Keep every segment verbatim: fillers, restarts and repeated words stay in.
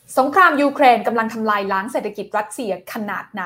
สงครามยูเครนกำลังทำลายล้างเศรษฐกิจรัสเซียขนาดไหน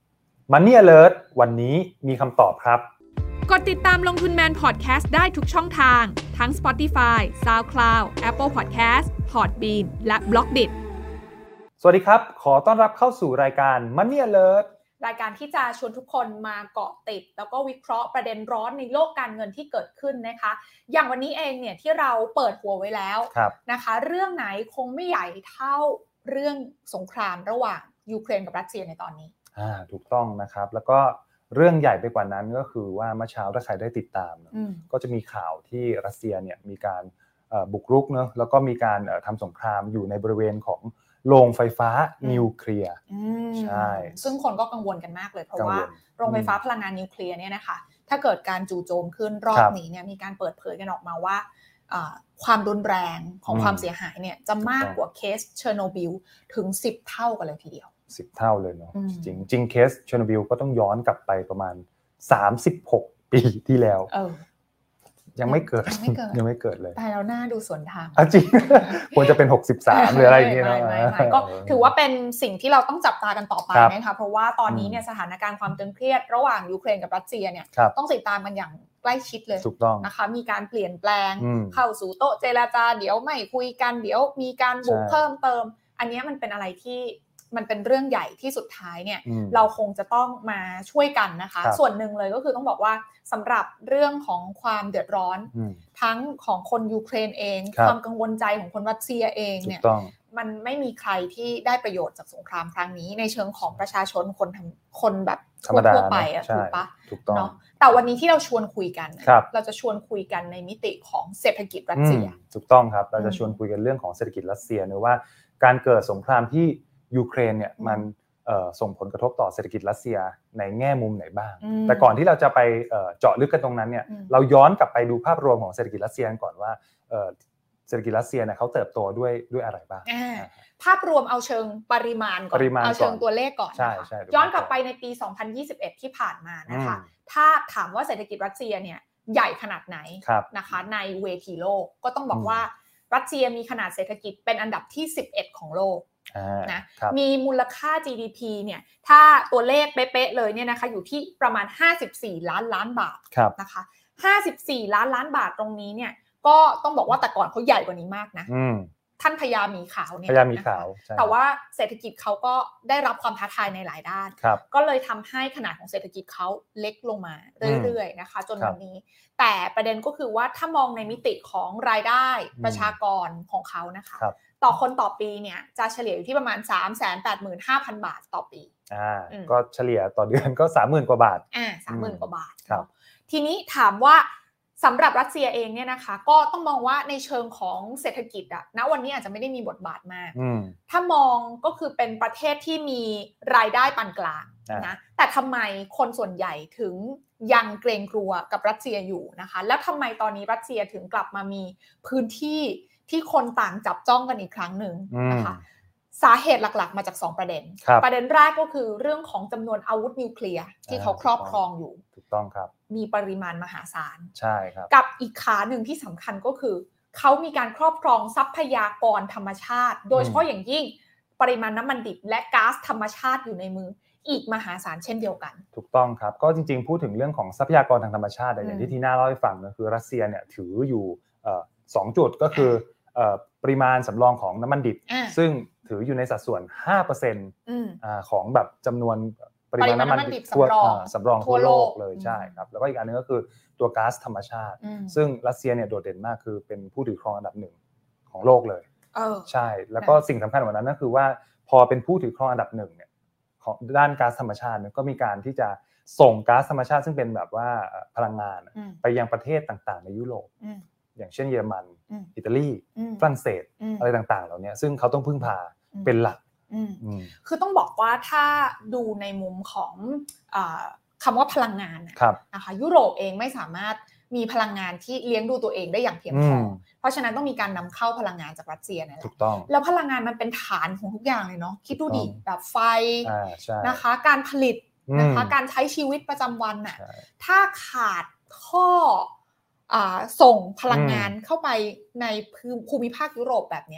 Money Alert วันนี้มีคำตอบครับกดติดตามลงทุนแมนพอดแคสต์ได้ทุกช่องทางทั้ง Spotify, SoundCloud, Apple Podcast, Podbean และ Blockdit สวัสดีครับขอต้อนรับเข้าสู่รายการ Money Alert รายการที่จะชวนทุกคนมาเกาะติดแล้วก็วิเคราะห์ประเด็นร้อนในโลกการเงินที่เกิดขึ้นนะคะอย่างวันนี้เองเนี่ยที่เราเปิดหัวไว้แล้วนะคะเรื่องไหนคงไม่ใหญ่เท่าเรื่องสงครามระหว่างยูเครนกับรัสเซียในตอนนี้อ่าถูกต้องนะครับแล้วก็เรื่องใหญ่ไปกว่านั้นก็คือว่าเมื่อเช้าถ้าใครได้ติดตามก็จะมีข่าวที่รัสเซียเนี่ยมีการบุกรุกเนอะแล้วก็มีการทำสงครามอยู่ในบริเวณของโรงไฟฟ้านิวเคลียร์ใช่ซึ่งคนก็กังวลกันมากเลยเพราะว่าโรงไฟฟ้าพลังงานนิวเคลียร์เนี่ยนะคะถ้าเกิดการจู่โจมขึ้นรอบนี้เนี่ยมีการเปิดเผยกันออกมาว่าความรุนแรงของความเสียหายเนี่ยจะมากกว่าเคสเชอร์โนบิลถึงสิบเท่ากันเลยทีเดียวสิบเท่าเลยเนาะจริงจริงเคสเชอร์โนบิลก็ต้องย้อนกลับไปประมาณสามสิบหกปีที่แล้วเออยังไม่เกิดยังไม่เกิดยังไม่เกิดเลยแต่เราหน้าดูสวนทางจริงควรจะเป็นหกสิบสามหรืออะไรอย่างเงี้ยเนาะก็ถือว่าเป็นสิ่งที่เราต้องจับตากันต่อไปนะคะเพราะว่าตอนนี้เนี่ยสถานการณ์ความตึงเครียดระหว่างยูเครนกับรัสเซียเนี่ยต้องติดตามกันอย่างใกล้ชิดเลยนะคะมีการเปลี่ยนแปลงเข้าสู่โต๊ะเจรจาเดี๋ยวไม่คุยกันเดี๋ยวมีการบุกเพิ่มเติมอันนี้มันเป็นอะไรที่มันเป็นเรื่องใหญ่ที่สุดท้ายเนี่ยเราคงจะต้องมาช่วยกันนะคะส่วนหนึ่งเลยก็คือต้องบอกว่าสำหรับเรื่องของความเดือดร้อนทั้งของคนยูเครนเองความกังวลใจของคนรัสเซียเองเนี่ยมันไม่มีใครที่ได้ประโยชน์จากสงครามครั้งนี้ในเชิงของประชาชนคนคนแบบทั่วไปอ่ะถูกปะเนาะแต่วันนี้ที่เราชวนคุยกันเราจะชวนคุยกันในมิติของเศรษฐกิจรัสเซียถูกต้องครับเราจะชวนคุยกันเรื่องของเศรษฐกิจรัสเซียเนอะว่าการเกิดสงครามที่ยูเครนเนี่ยมันส่งผลกระทบต่อเศรษฐกิจรัสเซียในแง่มุมไหนบ้างแต่ก่อนที่เราจะไปเจาะลึกกันตรงนั้นเนี่ยเราย้อนกลับไปดูภาพรวมของเศรษฐกิจรัสเซียก่อนว่าเศรษฐกิจรัสเซียเนี่ยเขาเติบโตด้วยด้วยอะไรบ้างภาพรวมเอาเชิงปริมาณก่อนเอาเชิงตัวเลขก่อนนะคะย้อนกลับไปในปีสองพันยี่สิบเอ็ดที่ผ่านมานะคะถ้าถามว่าเศรษฐกิจรัสเซียเนี่ยใหญ่ขนาดไหนนะคะในเวทีโลกก็ต้องบอกว่ารัสเซียมีขนาดเศรษฐกิจเป็นอันดับที่สิบเอ็ดของโลกนะมีมูลค่า จี ดี พี เนี่ยถ้าตัวเลขเป๊ะๆเลยเนี่ยนะคะอยู่ที่ประมาณห้าสิบสี่ล้านล้านบาทนะคะห้าสิบสี่ล้านล้านบาทตรงนี้เนี่ยก็ต้องบอกว่าแต่ก่อนเขาใหญ่กว่านี้มากนะท่านพญาหมีขาวเนี่ยพญาหมีขาวแต่ว่าเศรษฐกิจเขาก็ได้รับความท้าทายในหลายด้านก็เลยทำให้ขนาดของเศรษฐกิจเขาเล็กลงมาเรื่อยๆนะคะจนวันนี้แต่ประเด็นก็คือว่าถ้ามองในมิติของรายได้ประชากรของเขานะคะต่อคนต่อปีเนี่ยจะเฉลี่ยอยู่ที่ประมาณ สามแสนแปดหมื่นห้าพัน บาทต่อปีอ่าก็เฉลี่ยต่อเดือนก็ สามหมื่น กว่าบาทอ่า สามหมื่น กว่าบาทครับทีนี้ถามว่าสำหรับรัสเซียเองเนี่ยนะคะก็ต้องมองว่าในเชิงของเศรษฐกิจอะณวันนี้อาจจะไม่ได้มีบทบาทมากถ้ามองก็คือเป็นประเทศที่มีรายได้ปานกลางนะแต่ทำไมคนส่วนใหญ่ถึงยังเกรงกลัวกับรัสเซียอยู่นะคะแล้วทำไมตอนนี้รัสเซียถึงกลับมามีพื้นที่ที่คนต่างจับจ้องกันอีกครั้งหนึ่งนะคะสาเหตุหลักๆมาจากสองประเด็นประเด็นแรกก็คือเรื่องของจำนวนอาวุธนิวเคลียร์ที่เขาครอบครองอยู่ถูกต้องครับมีปริมาณมหาศาลใช่ครับกับอีกขาหนึ่งที่สำคัญก็คือเขามีการครอบครองทรัพยากรธรรมชาติโดยเฉพาะอย่างยิ่งปริมาณน้ำมันดิบและก๊าซธรรมชาติอยู่ในมืออีกมหาศาลเช่นเดียวกันถูกต้องครับก็จริงๆพูดถึงเรื่องของทรัพยากรทางธรรมชาติอย่างที่ทีน่าเล่าให้ฟังก็คือรัสเซียเนี่ยถืออยู่สองจุดก็คือปริมาณสำรองของน้ำมันดิบซึ่งถืออยู่ในสัดส่วน ห้าเปอร์เซ็นต์ อ่าของแบบจำนวนปริมาณน้ำมันดิบทั่วสำรองทั่วโลกเลยใช่ครับแล้วก็อีกอันนึงก็คือตัวก๊าซธรรมชาติซึ่งรัสเซียเนี่ยโดดเด่นมากคือเป็นผู้ถือครองอันดับหนึ่งของโลกเลยใช่แล้วก็สิ่งสำคัญกว่านั้นก็คือว่าพอเป็นผู้ถือครองอันดับหนึ่งเนี่ยของด้านก๊าซธรรมชาติก็มีการที่จะส่งก๊าซธรรมชาติซึ่งเป็นแบบว่าพลังงานไปยังประเทศต่างๆในยุโรปอย่างเช่นเยอรมันอิตาลีฝรั่งเศสอะไรต่างๆเหล่านี้ซึ่งเขาต้องพึ่งพาเป็นหลักคือต้องบอกว่าถ้าดูในมุมของคำว่าพลังงานนะคะยุโรปเองไม่สามารถมีพลังงานที่เลี้ยงดูตัวเองได้อย่างเพียงพอเพราะฉะนั้นต้องมีการนำเข้าพลังงานจากรัสเซียนั่นแหละแล้วพลังงานมันเป็นฐานของทุกอย่างเลยเนาะคิดดูดิแบบไฟนะคะการผลิตนะคะการใช้ชีวิตประจำวันน่ะถ้าขาดข้อส่งพลังงานเข้าไปในภูมิภาคยุโรปแบบเนี้ย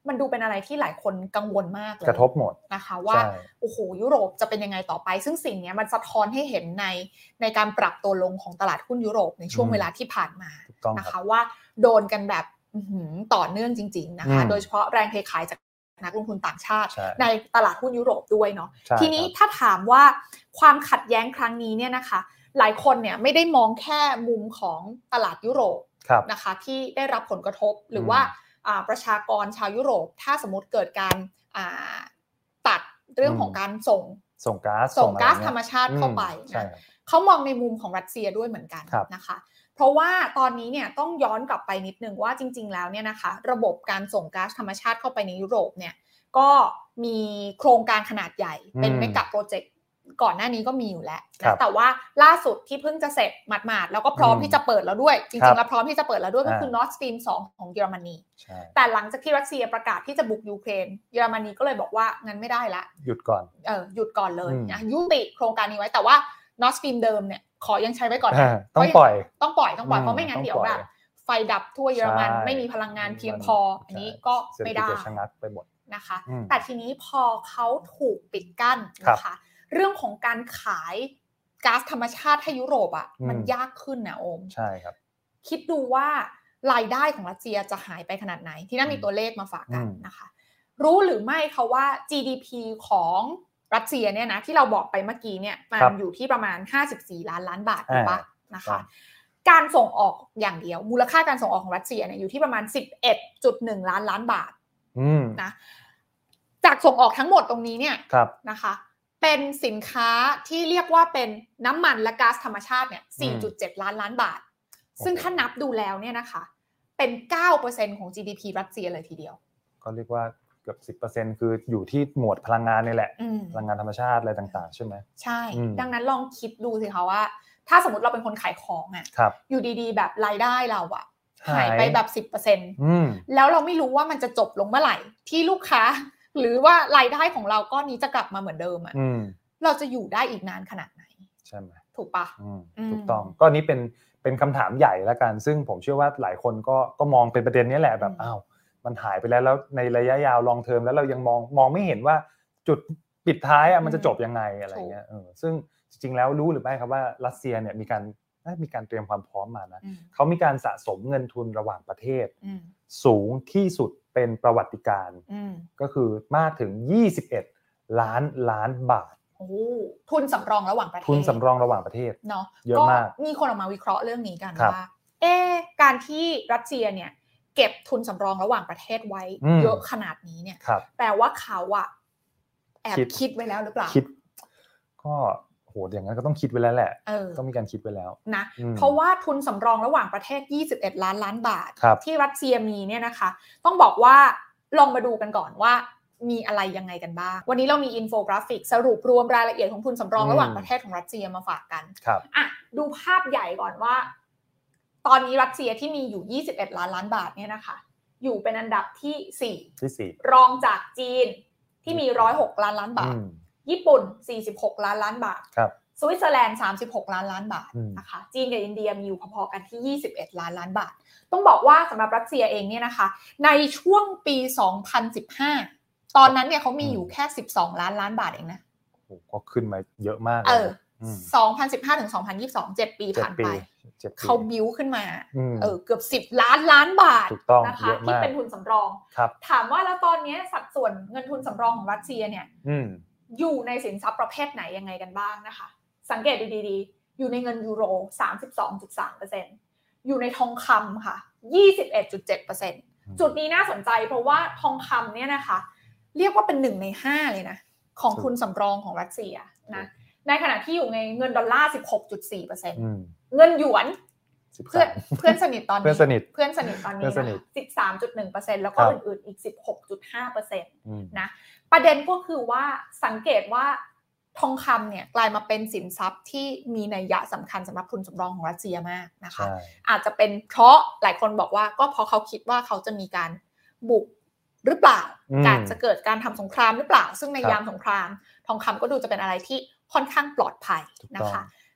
มันดูเป็นอะไรที่หลายคนกังวลมากเลยกระทบหมดนะคะว่าโอ้โหยุโรปจะเป็นยังไงต่อไปซึ่งสิ่งนี้มันสะท้อนให้เห็นในในการปรับตัวลงของตลาดหุ้นยุโรปในช่วงเวลาที่ผ่านมานะคะว่าโดนกันแบบต่อเนื่องจริงๆนะคะโดยเฉพาะแรงเทขายจากนักลงทุนต่างชาติในตลาดหุ้นยุโรปด้วยเนาะทีนี้ถ้าถามว่าความขัดแย้งครั้งนี้เนี่ยนะคะหลายคนเนี่ยไม่ได้มองแค่มุมของตลาดยุโรปนะคะที่ได้รับผลกระทบหรือว่าประชากรชาวยุโรปถ้าสมมติเกิดการตัดเรื่องของการส่งส่งก๊าซส่งก๊าซธรรมชาติเข้าไปนะเขามองในมุมของรัสเซียด้วยเหมือนกันนะคะเพราะว่าตอนนี้เนี่ยต้องย้อนกลับไปนิดนึงว่าจริงๆแล้วเนี่ยนะคะระบบการส่งก๊าซธรรมชาติเข้าไปในยุโรปเนี่ยก็มีโครงการขนาดใหญ่เป็นเมกะโปรเจกต์ก่อนหน้านี้ก็มีอยู่แล้วนะแต่ว่าล่าสุดที่เพิ่งจะเสร็จหมาดๆแล้วก็พร้อมที่จะเปิดแล้วด้วยจริงๆแล้วพร้อมที่จะเปิดแล้วด้วยก็คือ Nord Stream สองของเยอรมนีแต่หลังจากที่รัสเซียประกาศที่จะบุกยูเครนเยอรมนีก็เลยบอกว่างั้นไม่ได้ละหยุดก่อนเออหยุดก่อนเลยนะยุติโครงการนี้ไว้แต่ว่า Nord Stream เดิมเนี่ยขอยังใช้ไว้ก่อนนะต้องปล่อยต้องปล่อยต้องปล่อยเพราะไม่งั้นเดี๋ยวแบบไฟดับทั่วเยอรมันไม่มีพลังงานเพียงพออันนี้ก็ไม่ได้ชะงักไปหมดนะคะแต่ทีนี้พอเขาถูกปิดกั้นนะคะเรื่องของการขายก๊าซธรรมชาติให้ยุโรปอ่ะมันยากขึ้นนะโอมใช่ครับคิดดูว่ารายได้ของรัสเซียจะหายไปขนาดไหนที่น่ามีตัวเลขมาฝากกันนะคะรู้หรือไม่คะว่า จี ดี พี ของรัสเซียเนี่ยนะที่เราบอกไปเมื่อกี้เนี่ยมันอยู่ที่ประมาณห้าสิบสี่ล้านล้านบาทถูกปะนะคะการส่งออกอย่างเดียวมูลค่าการส่งออกของรัสเซียเนี่ยอยู่ที่ประมาณ สิบเอ็ดจุดหนึ่ง ล้านล้านบาทนะจากส่งออกทั้งหมดตรงนี้เนี่ยนะคะเป็นสินค้าที่เรียกว่าเป็นน้ำมันและก๊าซธรรมชาติเนี่ย สี่จุดเจ็ด ล้านล้านบาทซึ่งถ้านับดูแล้วเนี่ยนะคะเป็น เก้าเปอร์เซ็นต์ ของ จี ดี พี รัสเซียเลยทีเดียวก็เรียกว่าเกือบ สิบเปอร์เซ็นต์ คืออยู่ที่หมวดพลังงานนี่แหละพลังงานธรรมชาติอะไรต่างๆใช่ไหมใช่ดังนั้นลองคิดดูสิคะว่าถ้าสมมติเราเป็นคนขายของอ่ะอยู่ดีๆแบบรายได้เราอ่ะหายไปแบบ สิบเปอร์เซ็นต์ แล้วเราไม่รู้ว่ามันจะจบลงเมื่อไหร่ที่ลูกค้าหรือว่ารายได้ของเราก้อนนี้จะกลับมาเหมือนเดิมอ่ะเราจะอยู่ได้อีกนานขนาดไหนใช่ไหมถูกปะถูกต้องก็นี้เป็นเป็นคำถามใหญ่แล้วกันซึ่งผมเชื่อว่าหลายคนก็ก็มองเป็นประเด็นนี้แหละแบบอ้าวมันหายไปแล้วแล้วในระยะยาวลองเทอมแล้วเรายังมองมองไม่เห็นว่าจุดปิดท้ายอ่ะมันจะจบยังไงอะไรเงี้ยเออซึ่งจริงๆแล้วรู้หรือไม่ครับว่ารัสเซียเนี่ยมีการมีการเตรียมความพร้อมมานะเขามีการสะสมเงินทุนระหว่างประเทศสูงที่สุดเป็นประวัติการณ์ก็คือมากถึงยี่สิบเอ็ดล้านล้านบาทโอ้ทุนสำรองระหว่างประเทศทุนสำรองระหว่างประเทศเนาะเยอะมากมีคนออกมาวิเคราะห์เรื่องนี้กันว่าเอ๊ะการที่รัสเซียเนี่ยเก็บทุนสำรองระหว่างประเทศไว้เยอะขนาดนี้เนี่ยแปลว่าเขาอะแอบคิดไว้แล้วหรือเปล่าคิดก็โหอย่างนั้นก็ต้องคิดไว้แล้วแหละต้องมีการคิดไว้แล้วนะเพราะว่าทุนสำรองระหว่างประเทศยี่สิบเอ็ดล้านล้านบาทที่รัสเซียมีเนี่ยนะคะต้องบอกว่าลองมาดูกันก่อนว่ามีอะไรยังไงกันบ้างวันนี้เรามีอินโฟกราฟิกสรุปรวมรายละเอียดของทุนสำรองระหว่างประเทศของรัสเซียมาฝากกันอ่ะดูภาพใหญ่ก่อนว่าตอนนี้รัสเซียที่มีอยู่ยี่สิบเอ็ดล้านล้านบาทเนี่ยนะคะอยู่เป็นอันดับที่สี่ที่สี่รองจากจีนที่มีหนึ่งร้อยหกล้านล้านบาทญี่ปุ่นสี่สิบหกล้านล้านบาทสวิตเซอร์แลนด์สามสิบหกล้านล้านบาทนะคะจีนกับอินเดียมีอยู่พอๆกันที่ยี่สิบเอ็ดล้านล้านบาทต้องบอกว่าสำหรับรัสเซียเองเนี่ยนะคะในช่วงปีสองพันสิบห้าตอนนั้นเนี่ยเขามีอยู่แค่สิบสองล้านล้านบาทเองนะโอ้ก็ขึ้นมาเยอะมากเออสองพันสิบห้าถึงสองพันยี่สิบสอง เจ็ดปีผ่านไปเขาบิ้วขึ้นมาเออเกือบสิบล้านล้านบาทนะคะที่เป็นทุนสำรองถามว่าแล้วตอนนี้สัดส่วนเงินทุนสำรองของรัสเซียเนี่ยอยู่ในสินทรัพย์ประเภทไหนยังไงกันบ้างนะคะสังเกตดูดีๆอยู่ในเงินยูโร สามสิบสองจุดสามเปอร์เซ็นต์ อยู่ในทองคำค่ะ ยี่สิบเอ็ดจุดเจ็ดเปอร์เซ็นต์ จุดนี้น่าสนใจเพราะว่าทองคำเนี่ยนะคะเรียกว่าเป็นหนึ่งในห้าเลยนะของทุนสำรองของรัสเซียนะในขณะที่อยู่ในเงินดอลลาร์ สิบหกจุดสี่เปอร์เซ็นต์ เงินหยวนเพื่อนเพื่อนสนิทตอนนี้เพื่อนสนิทเพื่อนสนิทตอนนี้นะ สิบสามจุดหนึ่งเปอร์เซ็นต์ แล้วก็อื่นๆอีก สิบหกจุดห้าเปอร์เซ็นต์ นะประเด็นก็คือว่าสังเกตว่าทองคำเนี่ยกลายมาเป็นสินทรัพย์ที่มีนัยยะสำคัญสำหรับทุนสำรองของรัสเซียมากนะคะอาจจะเป็นเพราะหลายคนบอกว่าก็เพราะเขาคิดว่าเขาจะมีการบุกหรือเปล่าการจะเกิดการทำสงครามหรือเปล่าซึ่งในยามสงครามทองคำก็ดูจะเป็นอะไรที่ค่อนข้างปลอดภัยนะคะ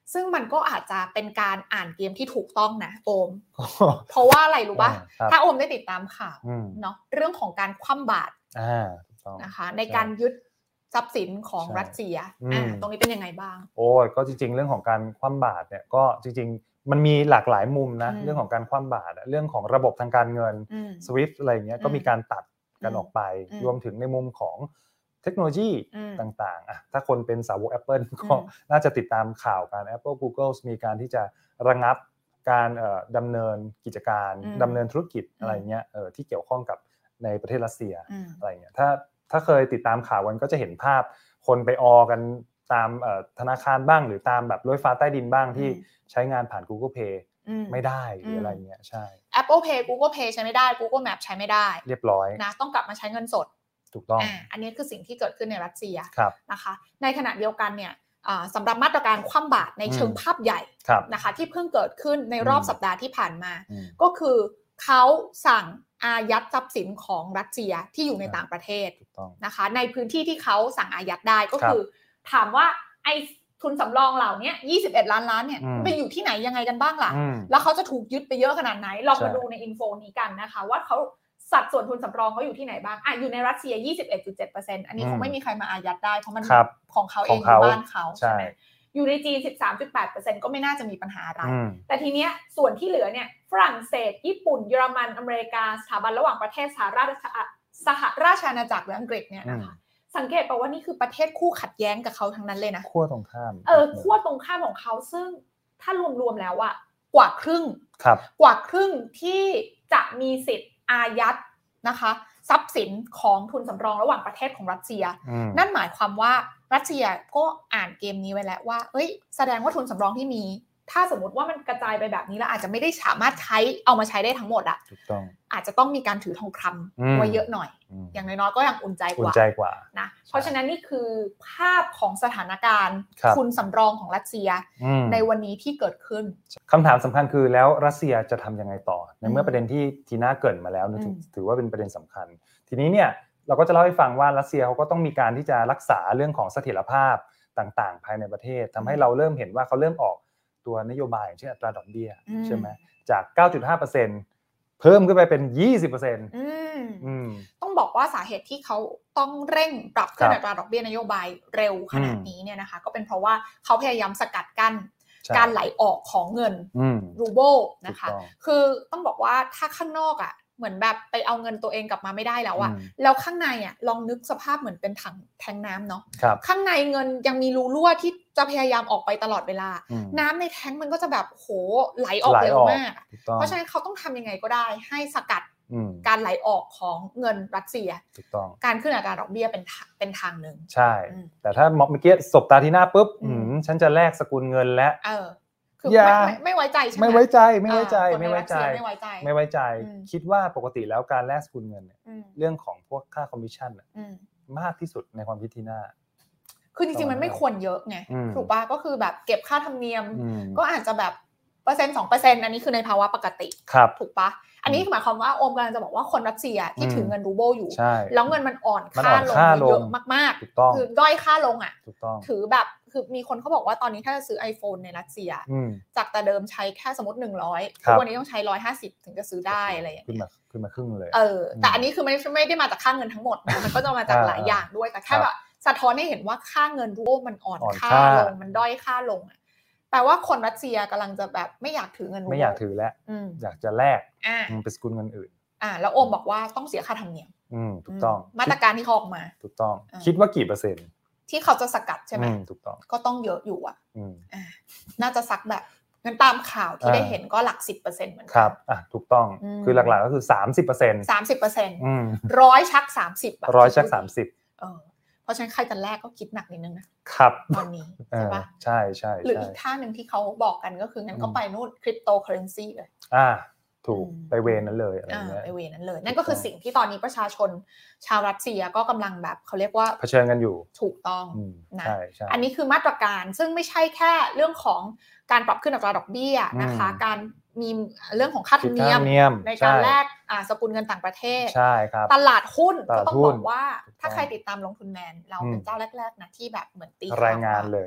ซึ่งมันก็อาจจะเป็นการอ่านเกมที่ถูกต้องนะโอม เพราะว่าอะไรรู้ป่ะถ้าโอมได้ติดตามข่าวเนาะเรื่องของการคว่ำบาตรนะคะในการยึดทรัพย์สินของรัสเซียตรงนี้เป็นยังไงบ้างโอ้ยก็จริงๆเรื่องของการคว่ำบาตรเนี่ยก็จริงๆมันมีหลากหลายมุมนะเรื่องของการคว่ำบาตรเรื่องของระบบทางการเงิน สวิฟต์ อะไรอย่างเงี้ยก็มีการตัดกันออกไปรวมถึงในมุมของเทคโนโลยีต่างๆอ่ะถ้าคนเป็นสาวก Apple ก็น่าจะติดตามข่าวการ Apple Google มีการที่จะระงับการดำเนินกิจการดำเนินธุรกิจอะไรเงี้ยที่เกี่ยวข้องกับในประเทศรัสเซียอะไรเงี้ยถ้าถ้าเคยติดตามข่าวกันก็จะเห็นภาพคนไปออกันตามธนาคารบ้างหรือตามแบบรถไฟฟ้าใต้ดินบ้างที่ใช้งานผ่าน Google Pay ไม่ได้หรืออะไรเงี้ยใช่ Apple Pay Google Pay ใช้ไม่ได้ Google Map ใช้ไม่ได้เรียบร้อยนะต้องกลับมาใช้เงินสดถูกต้องอ่าอันนี้คือสิ่งที่เกิดขึ้นในรัสเซียนะคะในขณะเดียวกันเนี่ยสำหรับมาตรการคว่ำบาตรในเชิงภาพใหญ่นะคะที่เพิ่งเกิดขึ้นในรอบสัปดาห์ที่ผ่านมาก็คือเขาสั่งอายัดทรัพย์สินของรัสเซียที่อยู่ในต่างประเทศนะคะในพื้นที่ที่เขาสั่งอายัดได้ก็คือถามว่าไอ้ทุนสำรองเหล่านี้ยี่สิบเอ็ดล้านล้านเนี่ยไปอยู่ที่ไหนยังไงกันบ้างล่ะแล้วเขาจะถูกยึดไปเยอะขนาดไหนลองมาดูในอินโฟนี้กันนะคะว่าเขาสัดส่วนทุนสำรองเขาอยู่ที่ไหนบ้างอ่ะอยู่ในรัสเซีย ยี่สิบเอ็ดจุดเจ็ดเปอร์เซ็นต์ อันนี้คงไม่มีใครมาอายัดได้เพราะมันของเขาเองอยู่บ้านเขาใช่ไหมอยู่ในจีน สิบสามจุดแปดเปอร์เซ็นต์ ก็ไม่น่าจะมีปัญหาอะไรแต่ทีเนี้ยส่วนที่เหลือเนี่ยฝรั่งเศสญี่ปุ่นเยอรมันอเมริกาสถาบันระหว่างประเทศสหราชสหราชอาณาจักรหรืออังกฤษเนี่ยนะคะสังเกตป่ะว่านี่คือประเทศคู่ขัดแย้งกับเขาทั้งนั้นเลยนะขั้วตรงข้ามเออขั้วตรงข้ามของเขาซึ่งถ้ารวมๆแล้วอะกว่าครึ่งกว่าครึ่งที่จะมีสิทธิ์อายัดนะคะทรัพย์สินของทุนสำรองระหว่างประเทศของรัสเซียนั่นหมายความว่ารัสเซียก็อ่านเกมนี้ไว้แล้วว่าเอ้ยแสดงว่าทุนสำรองที่มีถ้าสมมติว่ามันกระจายไปแบบนี้แล้วอาจจะไม่ได้สามารถใช้เอามาใช้ได้ทั้งหมดอ่ะถูกต้องอาจจะต้องมีการถือทองคำไว้เยอะหน่อยอย่างน้อยๆก็ยังอุ่นใจกว่าอุ่นใจกว่านะเพราะฉะนั้นนี่คือภาพของสถานการณ์ทุนสำรองของรัสเซียในวันนี้ที่เกิดขึ้นคำถามสำคัญคือแล้วรัสเซียจะทำยังไงต่อในเมื่อประเด็นที่ทีน่าเกริ่นมาแล้วถือว่าเป็นประเด็นสำคัญทีนี้เนี่ยเราก็จะเล่าให้ฟังว่ารัสเซียเขาก็ต้องมีการที่จะรักษาเรื่องของเสถียรภาพต่างๆภายในประเทศทำให้เราเริ่มเห็นว่าเขาเริ่มออกตัวนโยบายเช่นอัตราดอกเบี้ยใช่ไหมจาก เก้าจุดห้าเปอร์เซ็นต์ เพิ่มขึ้นไปเป็น ยี่สิบเปอร์เซ็นต์อืมอืมต้องบอกว่าสาเหตุที่เขาต้องเร่งปรับขึ้นอัตราดอกเบี้ยนโยบายเร็วขนาดนี้เนี่ยนะคะก็เป็นเพราะว่าเขาพยายามสกัดกั้นการไหลออกของเงินรูเบิลนะคะคือต้องบอกว่าถ้าข้างนอกอ่ะเหมือนแบบไปเอาเงินตัวเองกลับมาไม่ได้แล้วอะแล้วข้างในอะลองนึกสภาพเหมือนเป็นถังแทงน้ำเนาะข้างในเงินยังมีรูรั่วที่จะพยายามออกไปตลอดเวลาน้ำในแทงมันก็จะแบบโหไหลออกเร็วมากเพราะฉะนั้นเขาต้องทำยังไงก็ได้ให้สกัดการไหลออกของเงินรัสเซียการขึ้นอัตราดอกเบี้ยเป็นเป็นทางหนึ่งใช่แต่ถ้าเมื่อกี้สบตาทีหน้าปุ๊บฉันจะแลกสกุลเงินและคือไม่ไม่ไว้ใจใช่ไหมไม่ไว้ใจไม่ไว้ใจไม่ไว้ใจไม่ไว้ใจไม่ไว้ใจคิดว่าปกติแล้วการแลกสกุลเงินเนี่ยเรื่องของพวกค่าคอมมิชชั่นมากที่สุดในความคิดทีน่าคือจริงๆมันไม่ควรเยอะไงถูกป่ะก็คือแบบเก็บค่าธรรมเนียมก็อาจจะแบบเปอร์เซ็นต์ สองเปอร์เซ็นต์ อันนี้คือในภาวะปกติถูกป่ะอันนี้หมายความว่าโอมกำลังจะบอกว่าคนรัสเซียที่ถือเงินรูเบิลอยู่แล้วเงินมันอ่อนค่าลงเยอะมากๆคือด้อยค่าลงอ่ะถือแบบคือมีคนเขาบอกว่าตอนนี้ถ้าจะซื้อ iPhone ในรัสเซียจากแต่เดิมใช้แค่สมมติหนึ่งร้อยทุกวันนี้ต้องใช้หนึ่งร้อยห้าสิบถึงจะซื้อได้อะไรอย่างเงี้ยขึ้นมาขึ้นมาครึ่งเลยเออแต่อันนี้คือไม่ไม่ได้มาจากค่าเงินทั้งหมดนะมันก็จะมาจากหลายอย่างด้วยแต่แค่แบบสะท้อนให้เห็นว่าค่าเงินรูเบิลมันอ่อนค่าลงมันด้อยค่าลงอ่ะแปลว่าคนรัสเซียกำลังจะแบบไม่อยากถือเงินรูเบิลไม่อยากถือแล้วอยากจะแลกเป็นสกุลเงินอื่นอ่าแล้วโอมบอกว่าต้องเสียค่าธรรมเนียมอืมถูกต้องมาตรการที่เขาออกมาถูกต้องคิดว่ากี่เปอร์เซ็นต์ที่เขาจะสกัดใช่ไหมถูกต้องก็ต้องเยอะอยู่อ่ะอ่าน่าจะสักแบบงั้นตามข่าวที่ได้เห็นก็หลัก สิบเปอร์เซ็นต์ เหมือนกันครับอ่ะถูกต้องคือหลักๆก็คือ สามสิบเปอร์เซ็นต์สามสิบเปอร์เซ็นต์ อืมร้อยชักสามสิบแบบร้อยชักสามสิบเออเพราะฉะนั้นใครจะแลกก็คิดหนักนิดนึงนะครับตอนนี้ใช่ป่ะใช่ๆหรืออีกท่านึงที่เขาบอกกันก็คืองั้นก็ไปนู่นคริปโตเคอเรนซีเลยอ่าถูกไปเวนั้นเลยอะไรเงี้ยไปเวนั้นเลยนั่นก็คือสิ่งที่ตอนนี้ประชาชนชาวรัสเซียก็กำลังแบบเขาเรียกว่าเผชิญกันอยู่ถูกต้องนะอันนี้คือมาตรการซึ่งไม่ใช่แค่เรื่องของการปรับขึ้นอัตราดอกเบี้ยนะคะการมีเรื่องของค่าธรรมเนียมในการแลกสกุลเงินต่างประเทศใช่ครับตลาดหุ้นก็ต้องบอกว่าถ้าใครติดตามลงทุนแมนเราเป็นเจ้าแรกๆนะที่แบบเหมือนตีรายงานเลย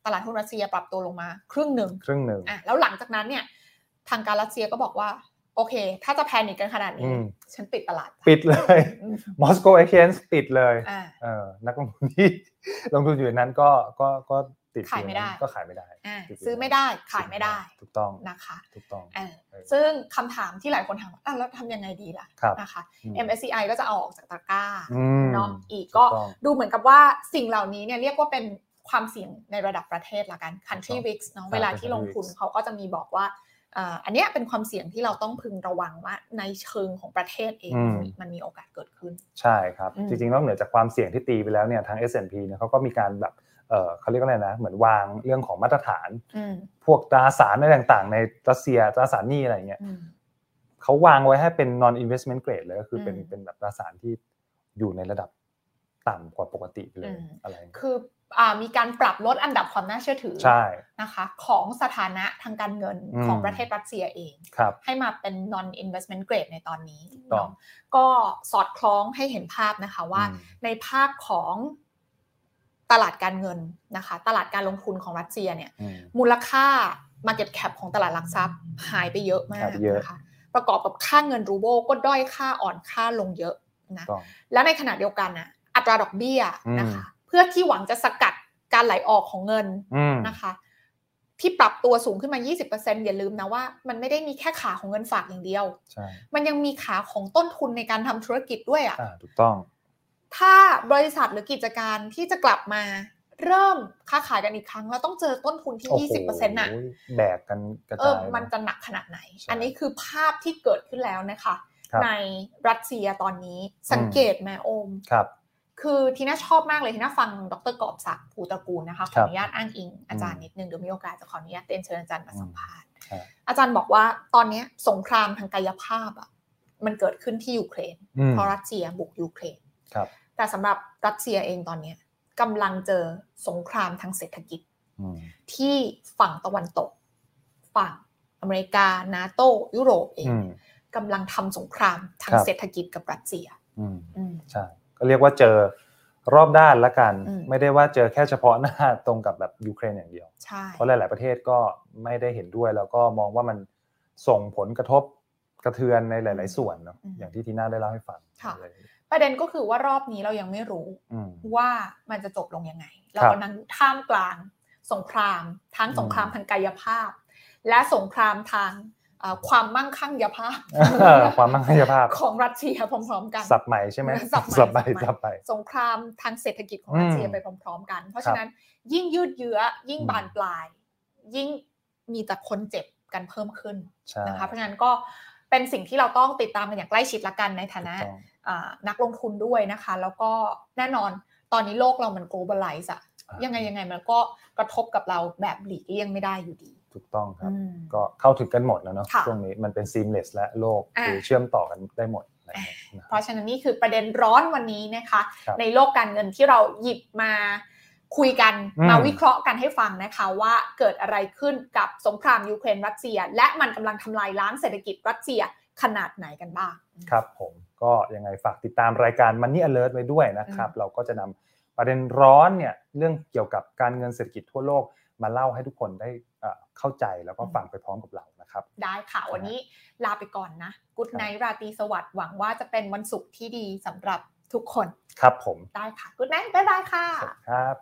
ตลาดหุ้นรัสเซียปรับตัวลงมาครึ่งหนึ่งครึ่งหนึ่งอ่ะแล้วหลังจากนั้นเนี่ยทางการรัสเซียก็บอกว่าโอเคถ้าจะแพนิคกันขนาดนี้ฉันปิดตลาดปิดเลยมอสโกเอ็กซ์เชนจ์ปิดเลยเออนักลงทุนที่ลงทุนอยู่ในนั้นก็ก็ก็ติดขายไม่ได้ก็ขายไม่ได้ซื้อไม่ได้ขายไม่ได้ถูกต้องนะคะถูกต้องซึ่งคำถามที่หลายคนถามว่าแล้วทำยังไงดีล่ะนะคะ เอ็ม เอส ซี ไอ ก็จะเอาออกจากตะกร้าเนาะอีกก็ดูเหมือนกับว่าสิ่งเหล่านี้เนี่ยเรียกว่าเป็นความเสี่ยงในระดับประเทศละกัน country risk เนาะเวลาที่ลงทุนเขาก็จะมีบอกว่าอันนี้เป็นความเสี่ยงที่เราต้องพึงระวังว่าในเชิงของประเทศเองมันมีโอกาสเกิดขึ้นใช่ครับจริงๆนอกเหนือจากความเสี่ยงที่ตีไปแล้วเนี่ยทาง เอส แอนด์ พี เนี่ยเขาก็มีการแบบเอ่อเขาเรียกว่าอะไรนะเหมือนวางเรื่องของมาตรฐานพวกตราสารอะไรต่างๆในรัสเซียตราสารหนี้อะไรเงี้ยเขาวางไว้ให้เป็น non investment grade เลยก็คือเป็นเป็นแบบตราสารที่อยู่ในระดับต่ำกว่าปกติเลยอะไรคือมีการปรับลดอันดับความน่าเชื่อถือนะคะของสถานะทางการเงินของประเทศรัสเซียเองให้มาเป็น non investment grade ในตอนนี้ก็สอดคล้องให้เห็นภาพนะคะว่าในภาคของตลาดการเงินนะคะตลาดการลงทุนของรัสเซียเนี่ยมูลค่า market cap ของตลาดหลักทรัพย์หายไปเยอะมากนะคะประกอบกับค่าเงินรูเบิลก็ด้อยค่าอ่อนค่าลงเยอะนะแล้วในขณะเดียวกันน่ะอัตราดอกเบี้ยนะคะเพื่อที่หวังจะสกัดการไหลออกของเงินนะคะที่ปรับตัวสูงขึ้นมา ยี่สิบเปอร์เซ็นต์ อย่าลืมนะว่ามันไม่ได้มีแค่ขาของเงินฝากอย่างเดียวมันยังมีขาของต้นทุนในการทำธุรกิจด้วยอ่ะถูกต้องถ้าบริษัทหรือกิจการที่จะกลับมาเริ่มค้าขายกันอีกครั้งแล้วต้องเจอต้นทุนที่ ยี่สิบเปอร์เซ็นต์ น่ะแบกกันกระจายเออมันจะหนักขนาดไหนอันนี้คือภาพที่เกิดขึ้นแล้วนะคะในรัสเซียตอนนี้สังเกตแม่โอมครับคือทีน่าชอบมากเลยทีน่าฟังดร.กอบศักดิ์ภูตระกูลนะคะขออนุญาตอ้างอิงอาจารย์นิดนึงเดี๋ยวมีโอกาสจะขออนุญาตเรียนเชิญอาจารย์มาสัมภาษณ์อาจารย์บอกว่าตอนนี้สงครามทางกายภาพอ่ะมันเกิดขึ้นที่ยูเครนเพราะรัสเซียบุกยูเครนแต่สำหรับรัสเซียเองตอนนี้กำลังเจอสงครามทางเศรษฐกิจที่ฝั่งตะวันตกฝั่งอเมริกานาโต้ยุโรปเองกำลังทำสงครามทางเศรษฐกิจกับรัสเซียใช่ก็เรียกว่าเจอรอบด้านละกันไม่ได้ว่าเจอแค่เฉพาะหน้าตรงกับแบบยูเครนอย่างเดียวเพราะหลายๆประเทศก็ไม่ได้เห็นด้วยแล้วก็มองว่ามันส่งผลกระทบกระเทือนในหลายๆส่วนเนาะอย่างที่ทีน่าได้เล่าให้ฟังประเด็นก็คือว่ารอบนี้เรายังไม่รู้ว่ามันจะจบลงยังไงเรากำลังท่ามกลางสงครามทั้งสงครามทางกายภาพและสงครามทางความมั่งคั่งยภาพความมั่งคั่งยภาพของรัสเซียพร้อมๆกันสับใหม่ใช่ไหมสับใหม่สับใหม่สงครามทางเศรษฐกิจของรัสเซียไปพร้อมๆกันเพราะฉะนั้นยิ่งยืดเยื้อยิ่งบานปลายยิ่งมีแต่คนเจ็บกันเพิ่มขึ้นนะคะเพราะฉะนั้นก็เป็นสิ่งที่เราต้องติดตามกันอย่างใกล้ชิดละกันในฐานะนักลงทุนด้วยนะคะแล้วก็แน่นอนตอนนี้โลกเรามัน globalize อะยังไงยังไงมันก็กระทบกับเราแบบหลีกเลี่ยงไม่ได้อยู่ดีถูกต้องครับก็เข้าถึงกันหมดแล้วเนาะช่วงนี้มันเป็น seamless และโลกคือเชื่อมต่อกันได้หมดเพราะฉะนั้นนี่คือประเด็นร้อนวันนี้นะคะในโลกการเงินที่เราหยิบมาคุยกันมาวิเคราะห์กันให้ฟังนะคะว่าเกิดอะไรขึ้นกับสงครามยูเครนรัสเซียและมันกำลังทำลายล้างเศรษฐกิจรัสเซียขนาดไหนกันบ้างครับผมก็ยังไงฝากติดตามรายการ Money Alert ไว้ด้วยนะครับเราก็จะนำประเด็นร้อนเนี่ยเรื่องเกี่ยวกับการเงินเศรษฐกิจทั่วโลกมาเล่าให้ทุกคนได้เข้าใจแล้วก็ฟังไปพร้อมกับเรานะครับได้ค่ะวันนี้ลาไปก่อนนะกุ๊ดไนท์ราตรีสวัสดิ์หวังว่าจะเป็นวันศุกร์ที่ดีสำหรับทุกคนครับผมได้ค่ะกุ๊ดไนท์บ๊ายบายค่ะครับ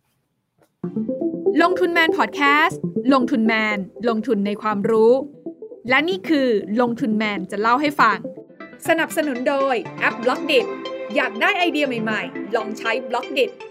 ลงทุนแมนพอดแคสต์ลงทุนแมนลงทุนในความรู้และนี่คือลงทุนแมนจะเล่าให้ฟังสนับสนุนโดยแอป บล็อกดิท อยากได้ไอเดียใหม่ๆลองใช้ บล็อกดิท